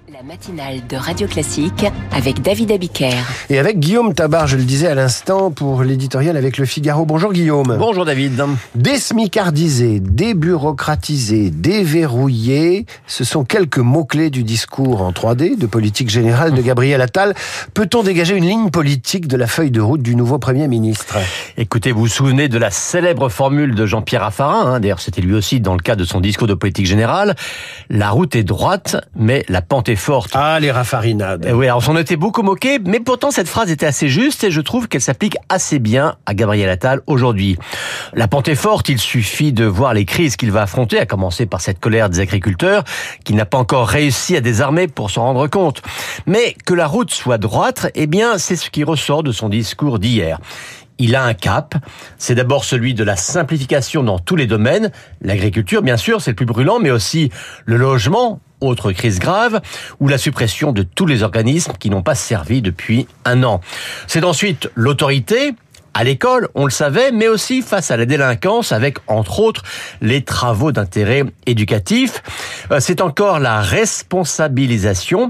La matinale de Radio Classique avec David Abiker. Et avec Guillaume Tabar, je le disais à l'instant, pour l'éditorial avec Le Figaro. Bonjour Guillaume. Bonjour David. Désmicardisé, débureaucratisé, déverrouillé, ce sont quelques mots-clés du discours en 3D de politique générale de Gabriel Attal. Peut-on dégager une ligne politique de la feuille de route du nouveau Premier ministre ? Écoutez, vous vous souvenez de la célèbre formule de Jean-Pierre Raffarin, d'ailleurs c'était lui aussi dans le cadre de son discours de politique générale. La route est droite, mais la pente est forte. Ah, les raffarinades. Oui, alors on s'en était beaucoup moqué, mais pourtant cette phrase était assez juste et je trouve qu'elle s'applique assez bien à Gabriel Attal aujourd'hui. La pente est forte, il suffit de voir les crises qu'il va affronter, à commencer par cette colère des agriculteurs qu'il n'a pas encore réussi à désarmer pour s'en rendre compte. Mais que la route soit droite, eh bien c'est ce qui ressort de son discours d'hier. Il a un cap, c'est d'abord celui de la simplification dans tous les domaines. L'agriculture, bien sûr, c'est le plus brûlant, mais aussi le logement, autre crise grave, ou la suppression de tous les organismes qui n'ont pas servi depuis un an. C'est ensuite l'autorité, à l'école, on le savait, mais aussi face à la délinquance avec, entre autres, les travaux d'intérêt éducatif. C'est encore la responsabilisation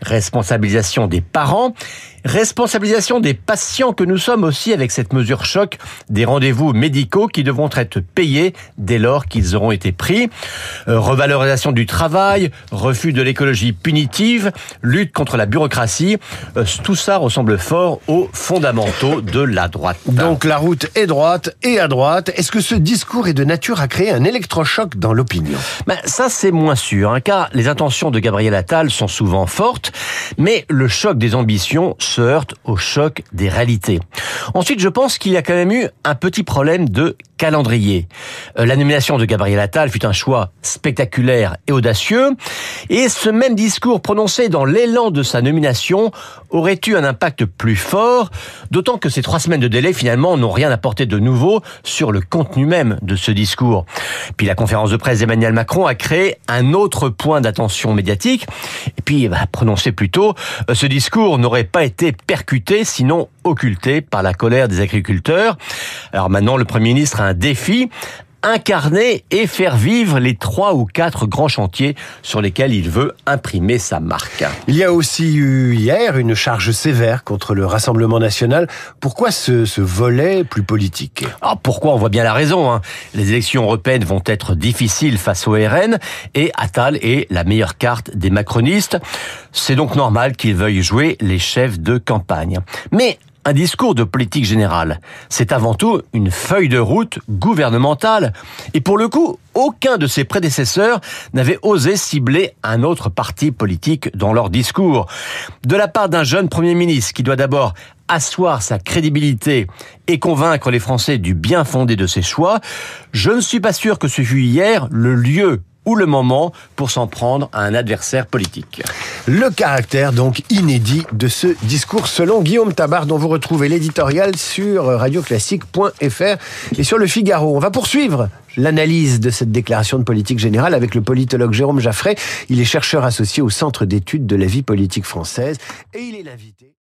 des parents, responsabilisation des patients que nous sommes aussi avec cette mesure choc des rendez-vous médicaux qui devront être payés dès lors qu'ils auront été pris. Revalorisation du travail, refus de l'écologie punitive, lutte contre la bureaucratie. Tout ça ressemble fort aux fondamentaux de la droite. Donc la route est droite et à droite. Est-ce que ce discours est de nature à créer un électrochoc dans l'opinion ? Ça, c'est moins sûr, car les intentions de Gabriel Attal sont souvent fortes, mais le choc des ambitions se heurte au choc des réalités. Ensuite, je pense qu'il y a quand même eu un petit problème de calendrier. La nomination de Gabriel Attal fut un choix spectaculaire et audacieux, et ce même discours prononcé dans l'élan de sa nomination aurait eu un impact plus fort, d'autant que ces 3 semaines de délai finalement n'ont rien apporté de nouveau sur le contenu même de ce discours. Puis la conférence de presse d'Emmanuel Macron a créé un autre point d'attention médiatique, et puis prononcé plus tôt, ce discours n'aurait pas été percuté, sinon occulté par la colère des agriculteurs. Alors maintenant, le Premier ministre a un défi, incarner et faire vivre les 3 ou 4 grands chantiers sur lesquels il veut imprimer sa marque. Il y a aussi eu hier une charge sévère contre le Rassemblement national. Pourquoi ce volet plus politique ? Pourquoi ? On voit bien la raison. Les élections européennes vont être difficiles face au RN et Attal est la meilleure carte des macronistes. C'est donc normal qu'il veuille jouer les chefs de campagne. Mais un discours de politique générale, c'est avant tout une feuille de route gouvernementale. Et pour le coup, aucun de ses prédécesseurs n'avait osé cibler un autre parti politique dans leur discours. De la part d'un jeune Premier ministre qui doit d'abord asseoir sa crédibilité et convaincre les Français du bien fondé de ses choix, je ne suis pas sûr que ce fût hier le lieu ou le moment pour s'en prendre à un adversaire politique. Le caractère donc inédit de ce discours selon Guillaume Tabar, dont vous retrouvez l'éditorial sur radioclassique.fr et sur Le Figaro. On va poursuivre l'analyse de cette déclaration de politique générale avec le politologue Jérôme Jaffray. Il est chercheur associé au Centre d'études de la vie politique française et il est l'invité.